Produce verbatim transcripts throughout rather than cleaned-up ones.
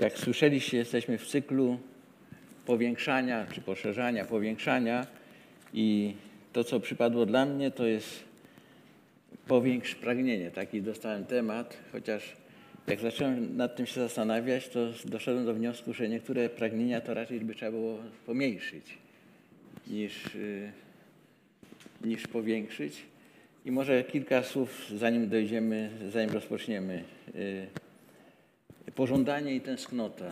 Jak słyszeliście, jesteśmy w cyklu powiększania, czy poszerzania, powiększania i to, co przypadło dla mnie, to jest powiększ pragnienie. Taki dostałem temat, chociaż jak zacząłem nad tym się zastanawiać, to doszedłem do wniosku, że niektóre pragnienia to raczej by trzeba było pomniejszyć niż, yy, niż powiększyć. I może kilka słów, zanim dojdziemy, zanim rozpoczniemy. Yy, pożądanie i tęsknota.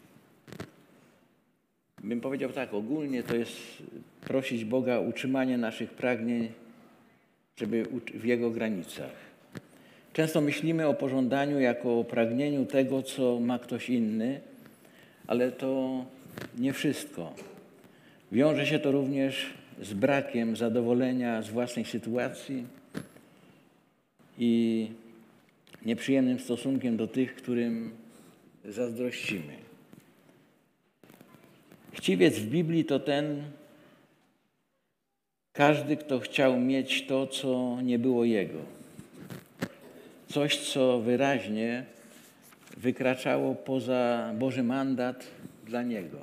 Bym powiedział tak, ogólnie to jest prosić Boga o utrzymanie naszych pragnień, żeby w Jego granicach. Często myślimy o pożądaniu jako o pragnieniu tego, co ma ktoś inny, ale to nie wszystko. Wiąże się to również z brakiem zadowolenia z własnej sytuacji i nieprzyjemnym stosunkiem do tych, którym zazdrościmy. Chciwiec w Biblii to ten, każdy, kto chciał mieć to, co nie było jego. Coś, co wyraźnie wykraczało poza Boży mandat dla niego.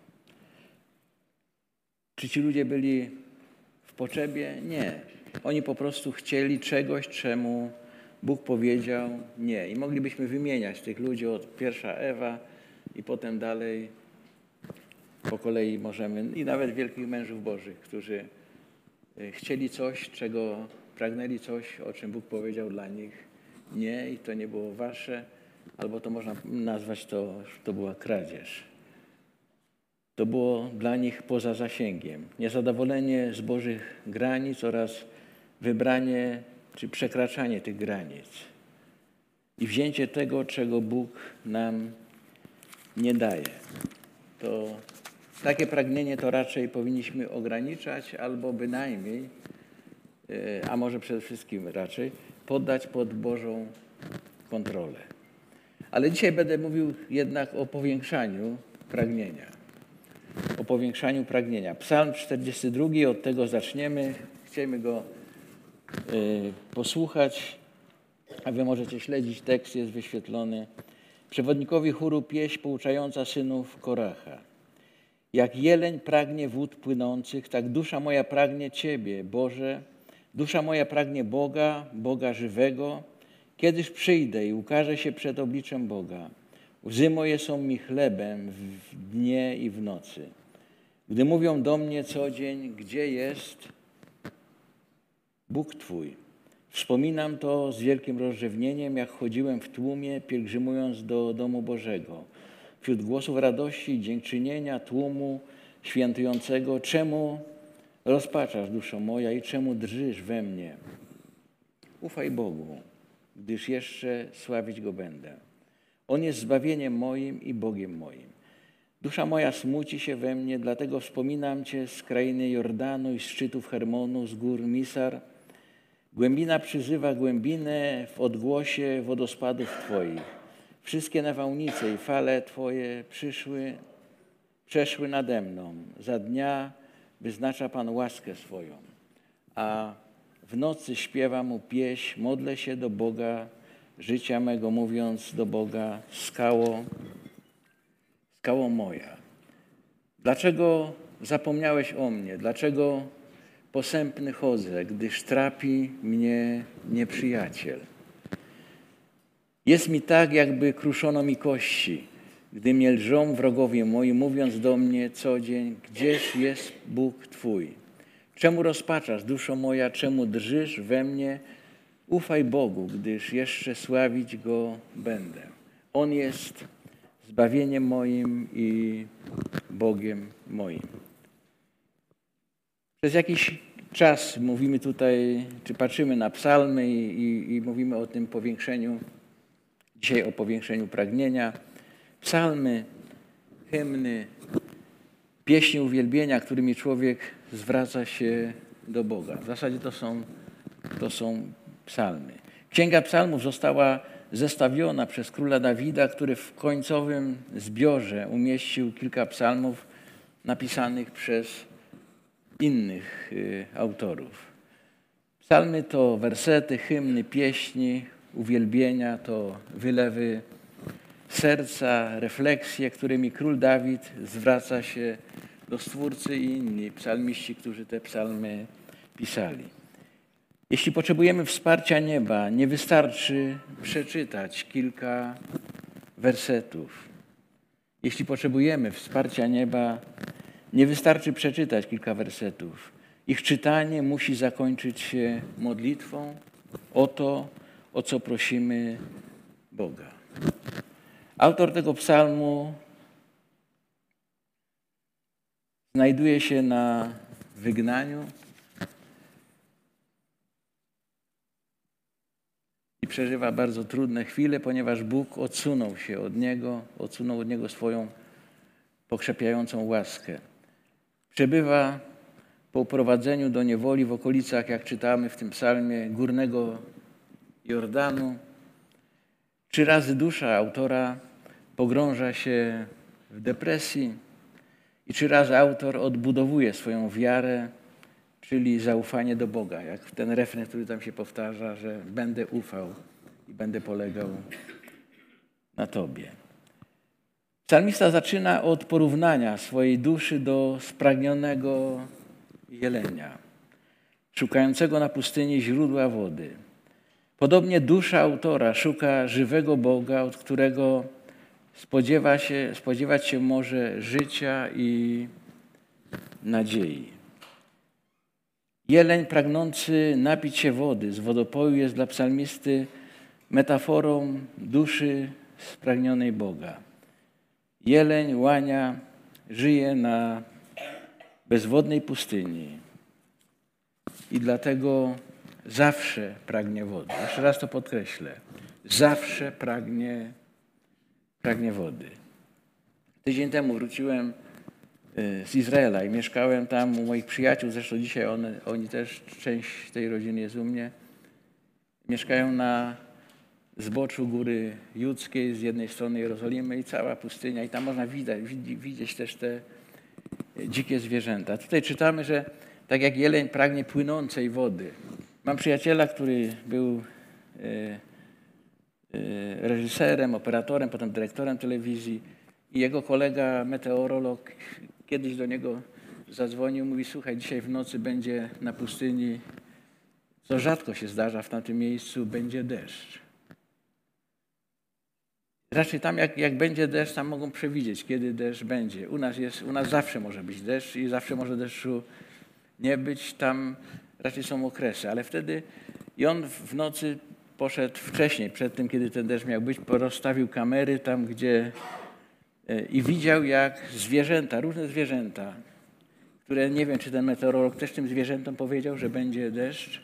Czy ci ludzie byli w potrzebie? Nie. Oni po prostu chcieli czegoś, czemu Bóg powiedział nie. I moglibyśmy wymieniać tych ludzi od pierwsza Ewa i potem dalej po kolei możemy, i nawet wielkich mężów Bożych, którzy chcieli coś, czego pragnęli coś, o czym Bóg powiedział dla nich nie i to nie było wasze, albo to można nazwać to, to była kradzież. To było dla nich poza zasięgiem. Niezadowolenie z Bożych granic oraz wybranie czy przekraczanie tych granic i wzięcie tego, czego Bóg nam nie daje. To takie pragnienie to raczej powinniśmy ograniczać albo bynajmniej, a może przede wszystkim raczej, poddać pod Bożą kontrolę. Ale dzisiaj będę mówił jednak o powiększaniu pragnienia. O powiększaniu pragnienia. Psalm czterdziesty drugi, od tego zaczniemy. Chcemy go y, posłuchać, a wy możecie śledzić, tekst jest wyświetlony. Przewodnikowi chóru pieśń pouczająca synów Koracha. Jak jeleń pragnie wód płynących, tak dusza moja pragnie Ciebie, Boże. Dusza moja pragnie Boga, Boga żywego. Kiedyż przyjdę i ukażę się przed obliczem Boga. Łzy moje są mi chlebem w dnie i w nocy. Gdy mówią do mnie co dzień, gdzie jest Bóg Twój? Wspominam to z wielkim rozrzewnieniem, jak chodziłem w tłumie, pielgrzymując do domu Bożego. Wśród głosów radości i dziękczynienia tłumu świętującego, czemu rozpaczasz, duszo moja, i czemu drżysz we mnie? Ufaj Bogu, gdyż jeszcze sławić Go będę. On jest zbawieniem moim i Bogiem moim. Dusza moja smuci się we mnie, dlatego wspominam Cię z krainy Jordanu i z szczytów Hermonu, z gór Misar. Głębina przyzywa głębinę w odgłosie wodospadów Twoich. Wszystkie nawałnice i fale Twoje przyszły, przeszły nade mną. Za dnia wyznacza Pan łaskę swoją, a w nocy śpiewa Mu pieśń, modlę się do Boga życia mego, mówiąc do Boga, skało, skało moja. Dlaczego zapomniałeś o mnie? Dlaczego posępny chodzę, gdyż trapi mnie nieprzyjaciel? Jest mi tak, jakby kruszono mi kości, gdy mnie lżą wrogowie moi, mówiąc do mnie co dzień, gdzież jest Bóg Twój? Czemu rozpaczasz, duszo moja, czemu drżysz we mnie? Ufaj Bogu, gdyż jeszcze sławić Go będę. On jest zbawieniem moim i Bogiem moim. Przez jakiś czas mówimy tutaj, czy patrzymy na psalmy i, i, i mówimy o tym powiększeniu, dzisiaj o powiększeniu pragnienia. Psalmy, hymny, pieśni uwielbienia, którymi człowiek zwraca się do Boga. W zasadzie to są, to są psalmy. Księga Psalmów została zestawiona przez króla Dawida, który w końcowym zbiorze umieścił kilka psalmów napisanych przez innych y, autorów. Psalmy to wersety, hymny, pieśni, uwielbienia, to wylewy serca, refleksje, którymi król Dawid zwraca się do Stwórcy i inni psalmiści, którzy te psalmy pisali. Jeśli potrzebujemy wsparcia nieba, nie wystarczy przeczytać kilka wersetów. Jeśli potrzebujemy wsparcia nieba, nie wystarczy przeczytać kilka wersetów. Ich czytanie musi zakończyć się modlitwą o to, o co prosimy Boga. Autor tego psalmu znajduje się na wygnaniu i przeżywa bardzo trudne chwile, ponieważ Bóg odsunął się od niego, odsunął od niego swoją pokrzepiającą łaskę. Przebywa po uprowadzeniu do niewoli w okolicach, jak czytamy w tym psalmie, górnego Jordanu. Trzy razy dusza autora pogrąża się w depresji i trzy razy autor odbudowuje swoją wiarę, czyli zaufanie do Boga, jak ten refren, który tam się powtarza, że będę ufał i będę polegał na Tobie. Psalmista zaczyna od porównania swojej duszy do spragnionego jelenia, szukającego na pustyni źródła wody. Podobnie dusza autora szuka żywego Boga, od którego spodziewa się, spodziewać się może życia i nadziei. Jeleń pragnący napić się wody z wodopoju jest dla psalmisty metaforą duszy spragnionej Boga. Jeleń, łania żyje na bezwodnej pustyni i dlatego zawsze pragnie wody. Jeszcze raz to podkreślę. Zawsze pragnie, pragnie wody. Tydzień temu wróciłem z Izraela i mieszkałem tam u moich przyjaciół. Zresztą dzisiaj one, oni też, część tej rodziny jest u mnie. Mieszkają na zboczu Góry Judzkiej, z jednej strony Jerozolimy i cała pustynia. I tam można widać, widzieć też te dzikie zwierzęta. Tutaj czytamy, że tak jak jeleń pragnie płynącej wody. Mam przyjaciela, który był e, e, reżyserem, operatorem, potem dyrektorem telewizji i jego kolega, meteorolog, kiedyś do niego zadzwonił, mówi: słuchaj, dzisiaj w nocy będzie na pustyni, co rzadko się zdarza w tamtym miejscu, będzie deszcz. Raczej tam jak, jak będzie deszcz, tam mogą przewidzieć, kiedy deszcz będzie. U nas, jest, u nas zawsze może być deszcz i zawsze może deszczu nie być. Tam raczej są okresy, ale wtedy i on w nocy poszedł wcześniej, przed tym, kiedy ten deszcz miał być, rozstawił kamery tam, gdzie i widział, jak zwierzęta, różne zwierzęta, które nie wiem, czy ten meteorolog też tym zwierzętom powiedział, że będzie deszcz,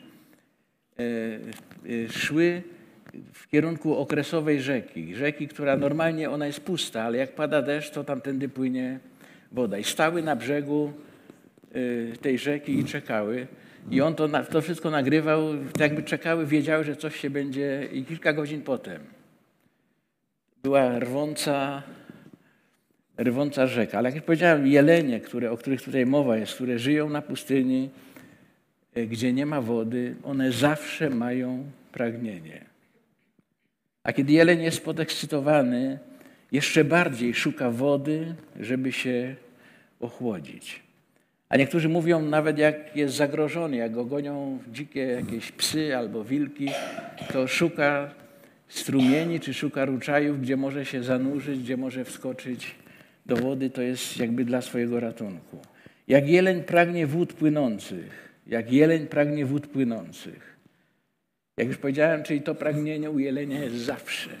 szły w kierunku okresowej rzeki. Rzeki, która normalnie ona jest pusta, ale jak pada deszcz, to tamtędy płynie woda. I stały na brzegu tej rzeki i czekały. I on to, to wszystko nagrywał, tak jakby czekały, wiedziały, że coś się będzie i kilka godzin potem była rwąca, rwąca rzeka. Ale jak już powiedziałem, jelenie, które, o których tutaj mowa jest, które żyją na pustyni, gdzie nie ma wody, one zawsze mają pragnienie. A kiedy jeleń jest podekscytowany, jeszcze bardziej szuka wody, żeby się ochłodzić. A niektórzy mówią, nawet jak jest zagrożony, jak go gonią dzikie jakieś psy albo wilki, to szuka strumieni czy szuka ruczajów, gdzie może się zanurzyć, gdzie może wskoczyć do wody. To jest jakby dla swojego ratunku. Jak jeleń pragnie wód płynących, jak jeleń pragnie wód płynących. Jak już powiedziałem, czyli to pragnienie u jelenia jest zawsze.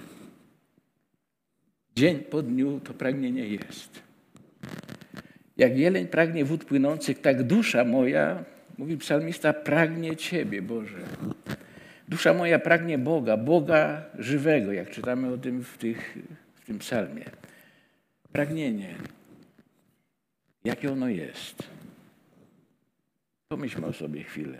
Dzień po dniu to pragnienie jest. Jak jeleń pragnie wód płynących, tak dusza moja, mówi psalmista, pragnie Ciebie, Boże. Dusza moja pragnie Boga, Boga żywego, jak czytamy o tym w, tych, w tym psalmie. Pragnienie. Jakie ono jest? Pomyślmy o sobie chwilę.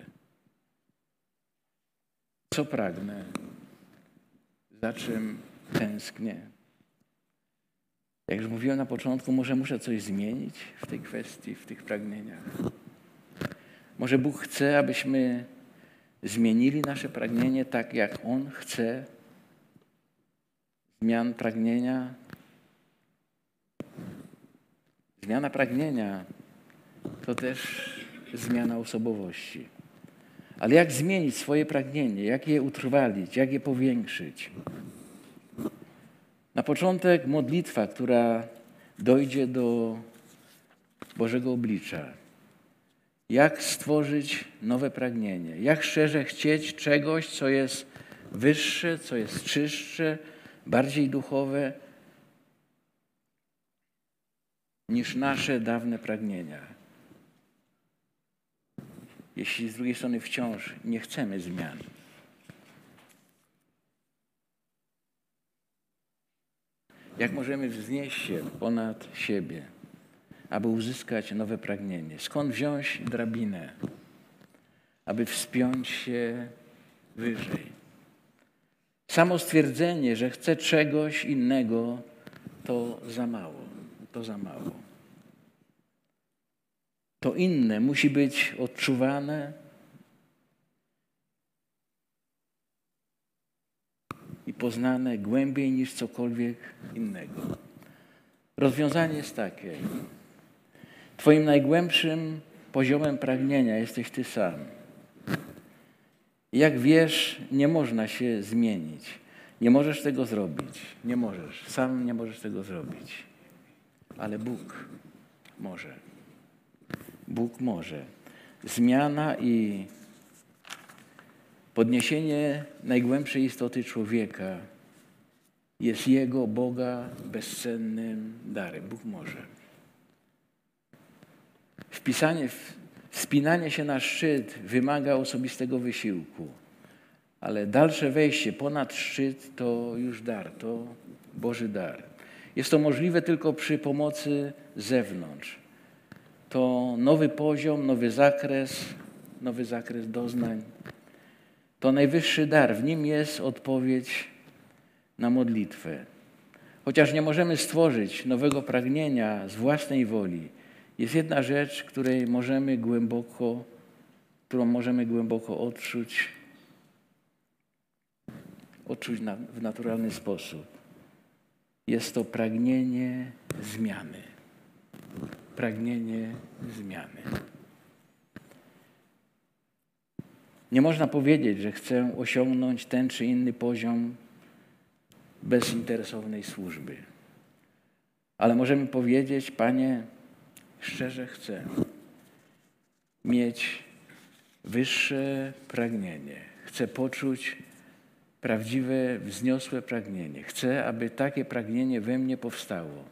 Co pragnę? Za czym tęsknię? Jak już mówiłem na początku, może muszę coś zmienić w tej kwestii, w tych pragnieniach. Może Bóg chce, abyśmy zmienili nasze pragnienie tak, jak On chce zmian pragnienia, Zmiana pragnienia to też zmiana osobowości. Ale jak zmienić swoje pragnienie? Jak je utrwalić? Jak je powiększyć? Na początek modlitwa, która dojdzie do Bożego oblicza. Jak stworzyć nowe pragnienie? Jak szczerze chcieć czegoś, co jest wyższe, co jest czystsze, bardziej duchowe niż nasze dawne pragnienia. Jeśli z drugiej strony wciąż nie chcemy zmian. Jak możemy wznieść się ponad siebie, aby uzyskać nowe pragnienie? Skąd wziąć drabinę, aby wspiąć się wyżej? Samo stwierdzenie, że chcę czegoś innego, to za mało. To za mało. To inne musi być odczuwane i poznane głębiej niż cokolwiek innego. Rozwiązanie jest takie. Twoim najgłębszym poziomem pragnienia jesteś Ty sam. Jak wiesz, nie można się zmienić. Nie możesz tego zrobić. Nie możesz. Sam nie możesz tego zrobić. Ale Bóg może. Bóg może. Zmiana i podniesienie najgłębszej istoty człowieka jest Jego, Boga, bezcennym darem. Bóg może. Wpisanie, wspinanie się na szczyt wymaga osobistego wysiłku, ale dalsze wejście ponad szczyt to już dar, to Boży dar. Jest to możliwe tylko przy pomocy z zewnątrz. To nowy poziom, nowy zakres, nowy zakres doznań. To najwyższy dar. W nim jest odpowiedź na modlitwę. Chociaż nie możemy stworzyć nowego pragnienia z własnej woli, jest jedna rzecz, której możemy głęboko, którą możemy głęboko odczuć, odczuć na, w naturalny sposób. Jest to pragnienie zmiany. Pragnienie zmiany. Nie można powiedzieć, że chcę osiągnąć ten czy inny poziom bezinteresownej służby. Ale możemy powiedzieć, Panie, szczerze chcę mieć wyższe pragnienie. Chcę poczuć prawdziwe, wzniosłe pragnienie. Chcę, aby takie pragnienie we mnie powstało.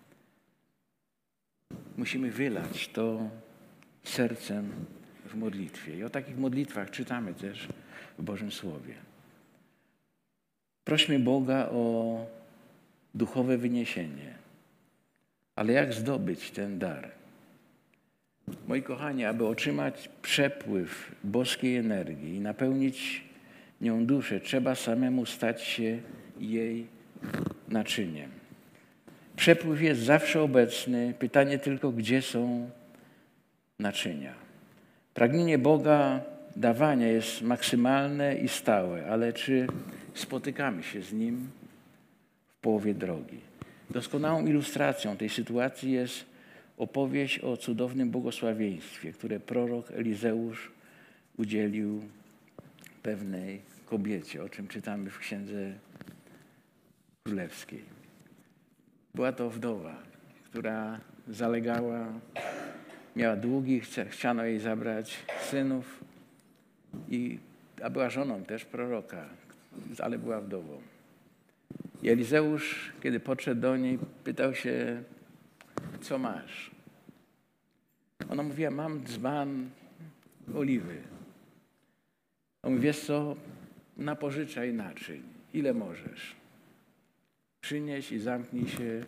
Musimy wylać to sercem w modlitwie. I o takich modlitwach czytamy też w Bożym Słowie. Prośmy Boga o duchowe wyniesienie. Ale jak zdobyć ten dar? Moi kochani, aby otrzymać przepływ boskiej energii i napełnić nią duszę, trzeba samemu stać się jej naczyniem. Przepływ jest zawsze obecny. Pytanie tylko, gdzie są naczynia. Pragnienie Boga dawania jest maksymalne i stałe, ale czy spotykamy się z Nim w połowie drogi? Doskonałą ilustracją tej sytuacji jest opowieść o cudownym błogosławieństwie, które prorok Elizeusz udzielił pewnej kobiecie, o czym czytamy w Księdze Królewskiej. Była to wdowa, która zalegała, miała długi, chciano jej zabrać synów, i, a była żoną też proroka, ale była wdową. I Elizeusz, kiedy podszedł do niej, pytał się, co masz? Ona mówiła, mam dzban oliwy. On mówi, wiesz co, napożyczaj naczyń, ile możesz. Przynieś i zamknij się.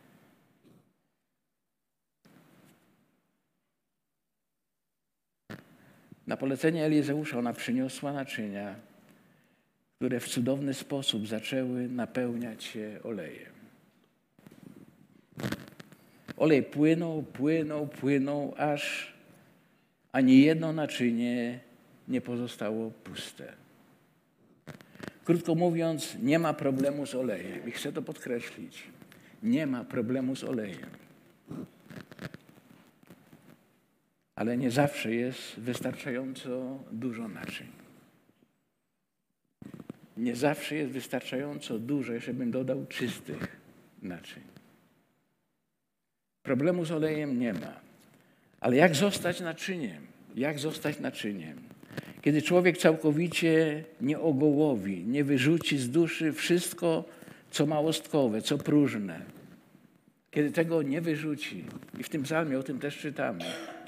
Na polecenie Elizeusza ona przyniosła naczynia, które w cudowny sposób zaczęły napełniać się olejem. Olej płynął, płynął, płynął, aż ani jedno naczynie nie pozostało puste. Krótko mówiąc, nie ma problemu z olejem. I chcę to podkreślić. Nie ma problemu z olejem. ale nie zawsze jest wystarczająco dużo naczyń. Nie zawsze jest wystarczająco dużo, jeszcze bym dodał, czystych naczyń. Problemu z olejem nie ma. Ale jak zostać naczyniem? Jak zostać naczyniem? Kiedy człowiek całkowicie nie ogołowi, nie wyrzuci z duszy wszystko, co małostkowe, co próżne. Kiedy tego nie wyrzuci, i w tym psalmie o tym też czytamy,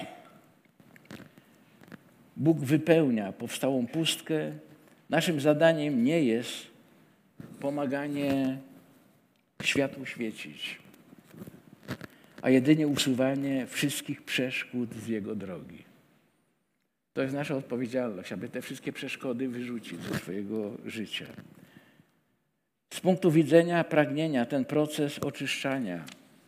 Bóg wypełnia powstałą pustkę. Naszym zadaniem nie jest pomaganie światłu świecić, a jedynie usuwanie wszystkich przeszkód z jego drogi. To jest nasza odpowiedzialność, aby te wszystkie przeszkody wyrzucić ze swojego życia. Z punktu widzenia pragnienia ten proces oczyszczania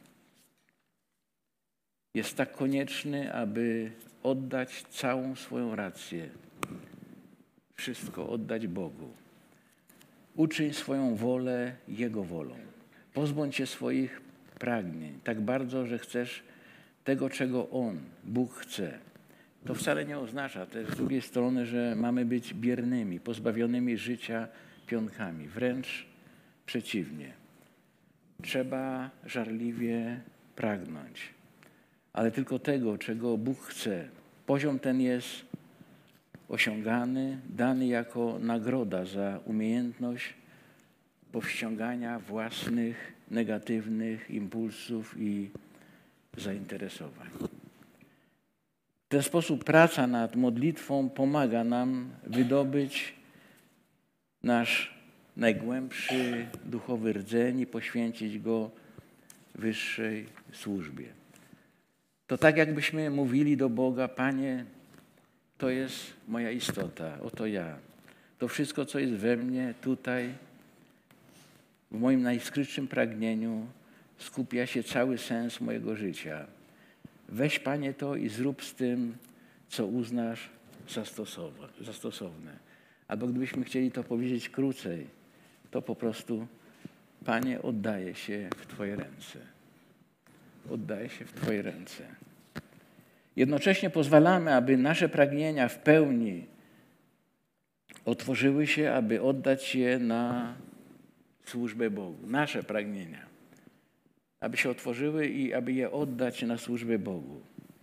jest tak konieczny, aby oddać całą swoją rację, wszystko oddać Bogu. Uczyń swoją wolę Jego wolą. Pozbądź się swoich pragnień tak bardzo, że chcesz tego, czego On, Bóg chce. To wcale nie oznacza też z drugiej strony, że mamy być biernymi, pozbawionymi życia pionkami. Wręcz przeciwnie. Trzeba żarliwie pragnąć, ale tylko tego, czego Bóg chce. Poziom ten jest osiągany, dany jako nagroda za umiejętność powściągania własnych negatywnych impulsów i zainteresowań. W ten sposób praca nad modlitwą pomaga nam wydobyć nasz najgłębszy duchowy rdzeń i poświęcić go wyższej służbie. To tak jakbyśmy mówili do Boga: Panie, to jest moja istota, oto ja. To wszystko, co jest we mnie, tutaj, w moim najskrytszym pragnieniu, skupia się cały sens mojego życia. Weź, Panie, to i zrób z tym, co uznasz za stosowne. Albo gdybyśmy chcieli to powiedzieć krócej, to po prostu: Panie, oddaję się w Twoje ręce. Oddaję się w Twoje ręce. Jednocześnie pozwalamy, aby nasze pragnienia w pełni otworzyły się, aby oddać je na służbę Bogu. Nasze pragnienia. Aby się otworzyły i aby je oddać na służbę Bogu.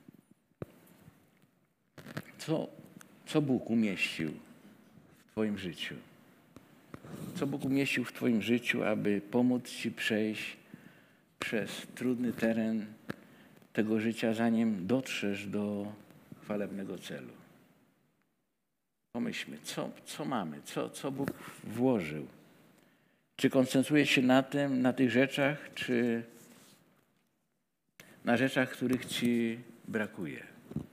Co, co Bóg umieścił w Twoim życiu? Co Bóg umieścił w Twoim życiu, aby pomóc Ci przejść przez trudny teren tego życia, zanim dotrzesz do chwalebnego celu? Pomyślmy, co, co mamy, co, co Bóg włożył. Czy koncentrujesz się na tym, na tych rzeczach, czy na rzeczach, których Ci brakuje?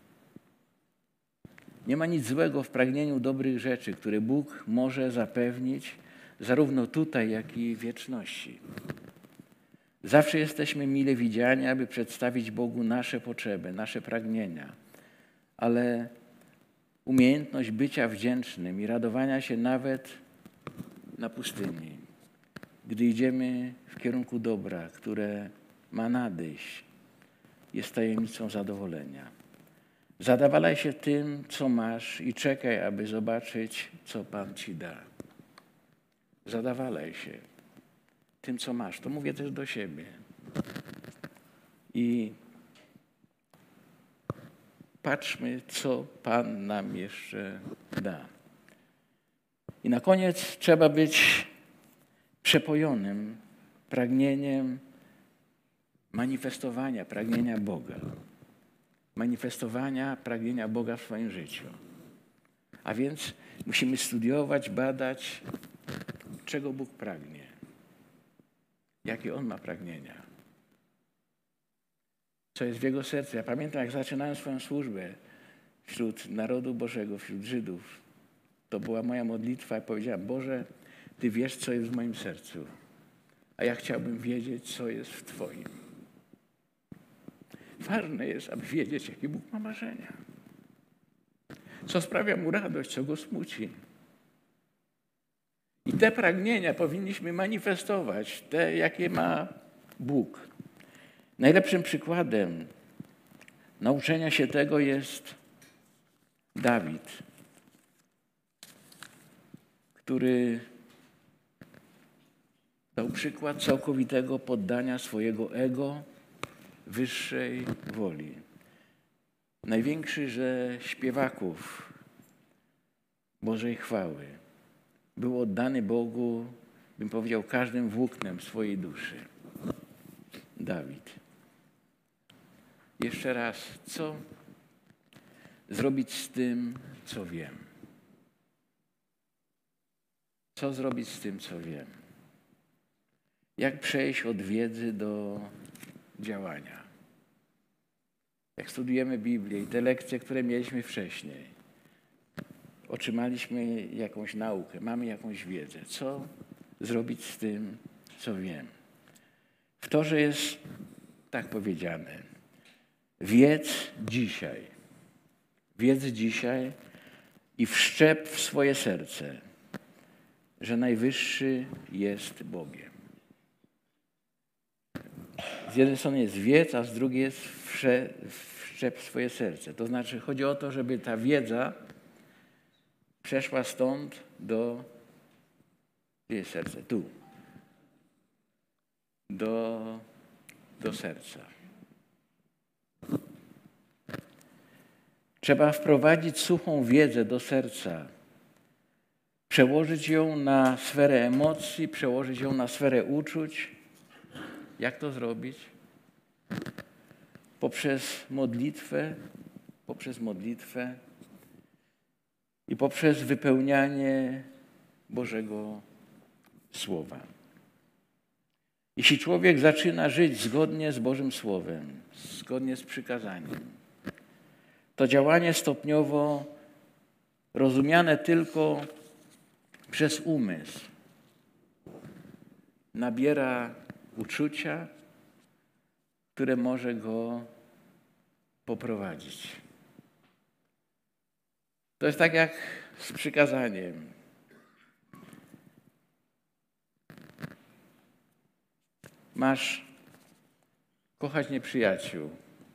Nie ma nic złego w pragnieniu dobrych rzeczy, które Bóg może zapewnić zarówno tutaj, jak i w wieczności. Zawsze jesteśmy mile widziani, aby przedstawić Bogu nasze potrzeby, nasze pragnienia, ale umiejętność bycia wdzięcznym i radowania się nawet na pustyni, gdy idziemy w kierunku dobra, które ma nadejść, jest tajemnicą zadowolenia. Zadawalaj się tym, co masz i czekaj, aby zobaczyć, co Pan Ci da. Zadawalaj się tym, co masz. To mówię też do siebie. I patrzmy, co Pan nam jeszcze da. I na koniec trzeba być przepojonym pragnieniem manifestowania pragnienia Boga. Manifestowania pragnienia Boga w swoim życiu. A więc musimy studiować, badać, czego Bóg pragnie. Jakie On ma pragnienia. Co jest w Jego sercu. Ja pamiętam, jak zaczynałem swoją służbę wśród narodu Bożego, wśród Żydów. To była moja modlitwa i powiedziałem: Boże, Ty wiesz, co jest w moim sercu. A ja chciałbym wiedzieć, co jest w Twoim. Ważne jest, aby wiedzieć, jakie Bóg ma marzenia. Co sprawia Mu radość, co Go smuci. I te pragnienia powinniśmy manifestować, te, jakie ma Bóg. Najlepszym przykładem nauczenia się tego jest Dawid, który dał przykład całkowitego poddania swojego ego wyższej woli. Największy ze śpiewaków Bożej chwały był oddany Bogu, bym powiedział, każdym włóknem swojej duszy. Dawid. Jeszcze raz, co zrobić z tym, co wiem? Co zrobić z tym, co wiem? Jak przejść od wiedzy do działania? Jak studujemy Biblię i te lekcje, które mieliśmy wcześniej, otrzymaliśmy jakąś naukę, mamy jakąś wiedzę. Co zrobić z tym, co wiem? W Torze jest tak powiedziane. Wiedz dzisiaj. Wiedz dzisiaj i wszczep w swoje serce, że Najwyższy jest Bogiem. Z jednej strony jest wiedz, a z drugiej jest wsze, wszczep w swoje serce. To znaczy chodzi o to, żeby ta wiedza przeszła stąd do... Gdzie jest serce? Tu. Do, do serca. Trzeba wprowadzić suchą wiedzę do serca. Przełożyć ją na sferę emocji, przełożyć ją na sferę uczuć. Jak to zrobić? Poprzez modlitwę, poprzez modlitwę i poprzez wypełnianie Bożego Słowa. Jeśli człowiek zaczyna żyć zgodnie z Bożym Słowem, zgodnie z przykazaniem, to działanie stopniowo rozumiane tylko przez umysł nabiera uczucia, które może go poprowadzić. To jest tak jak z przykazaniem. Masz kochać nieprzyjaciół.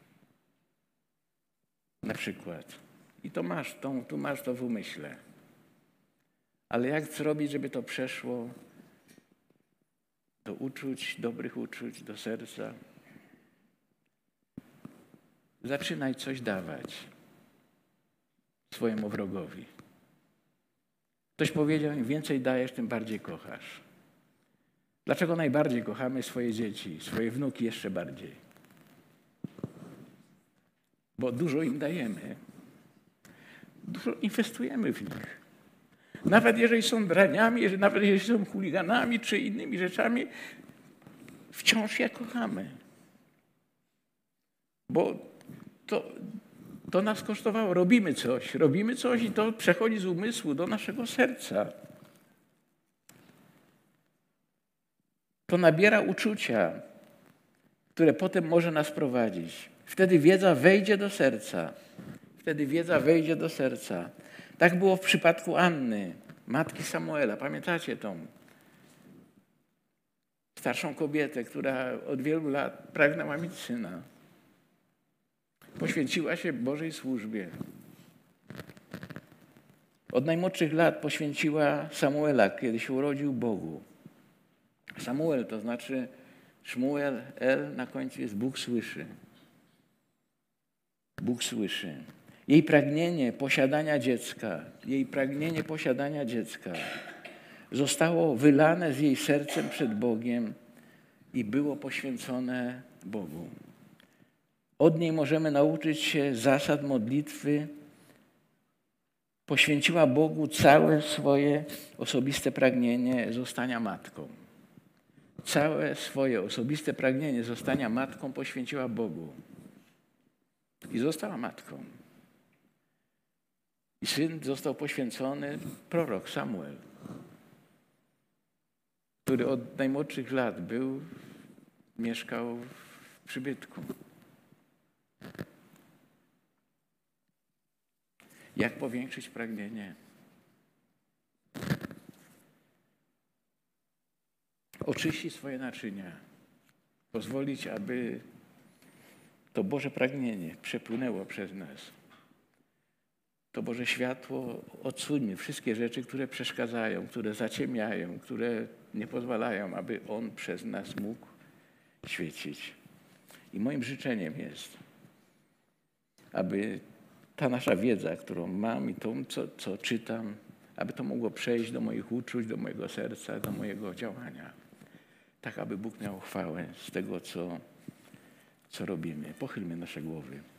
Na przykład. I to masz, to, tu masz to w umyśle. Ale jak zrobić, żeby to przeszło do uczuć, dobrych uczuć, do serca? Zaczynaj coś dawać swojemu wrogowi. Ktoś powiedział, im więcej dajesz, tym bardziej kochasz. Dlaczego najbardziej kochamy swoje dzieci, swoje wnuki jeszcze bardziej? Bo dużo im dajemy. Dużo inwestujemy w nich. Nawet jeżeli są draniami, nawet jeżeli są chuliganami czy innymi rzeczami, wciąż je kochamy. Bo to, to nas kosztowało. Robimy coś, robimy coś i to przechodzi z umysłu do naszego serca. To nabiera uczucia, które potem może nas prowadzić. Wtedy wiedza wejdzie do serca. Wtedy wiedza wejdzie do serca. Tak było w przypadku Anny, matki Samuela. Pamiętacie tą starszą kobietę, która od wielu lat pragnęła mieć syna. Poświęciła się Bożej służbie. Od najmłodszych lat poświęciła Samuela, kiedy się urodził Bogu. Samuel to znaczy Szmuel, El, na końcu jest Bóg słyszy. Bóg słyszy. Jej pragnienie posiadania dziecka, jej pragnienie posiadania dziecka zostało wylane z jej sercem przed Bogiem i było poświęcone Bogu. Od niej możemy nauczyć się zasad modlitwy. Poświęciła Bogu całe swoje osobiste pragnienie zostania matką. Całe swoje osobiste pragnienie zostania matką poświęciła Bogu. I została matką. I syn został poświęcony, prorok Samuel, który od najmłodszych lat był, mieszkał w przybytku. Jak powiększyć pragnienie? Oczyścić swoje naczynia. Pozwolić, aby to Boże pragnienie przepłynęło przez nas. To Boże światło odsunie wszystkie rzeczy, które przeszkadzają, które zaciemniają, które nie pozwalają, aby On przez nas mógł świecić. I moim życzeniem jest, aby ta nasza wiedza, którą mam i to, co, co czytam, aby to mogło przejść do moich uczuć, do mojego serca, do mojego działania. Tak, aby Bóg miał chwałę z tego, co, co robimy. Pochylmy nasze głowy.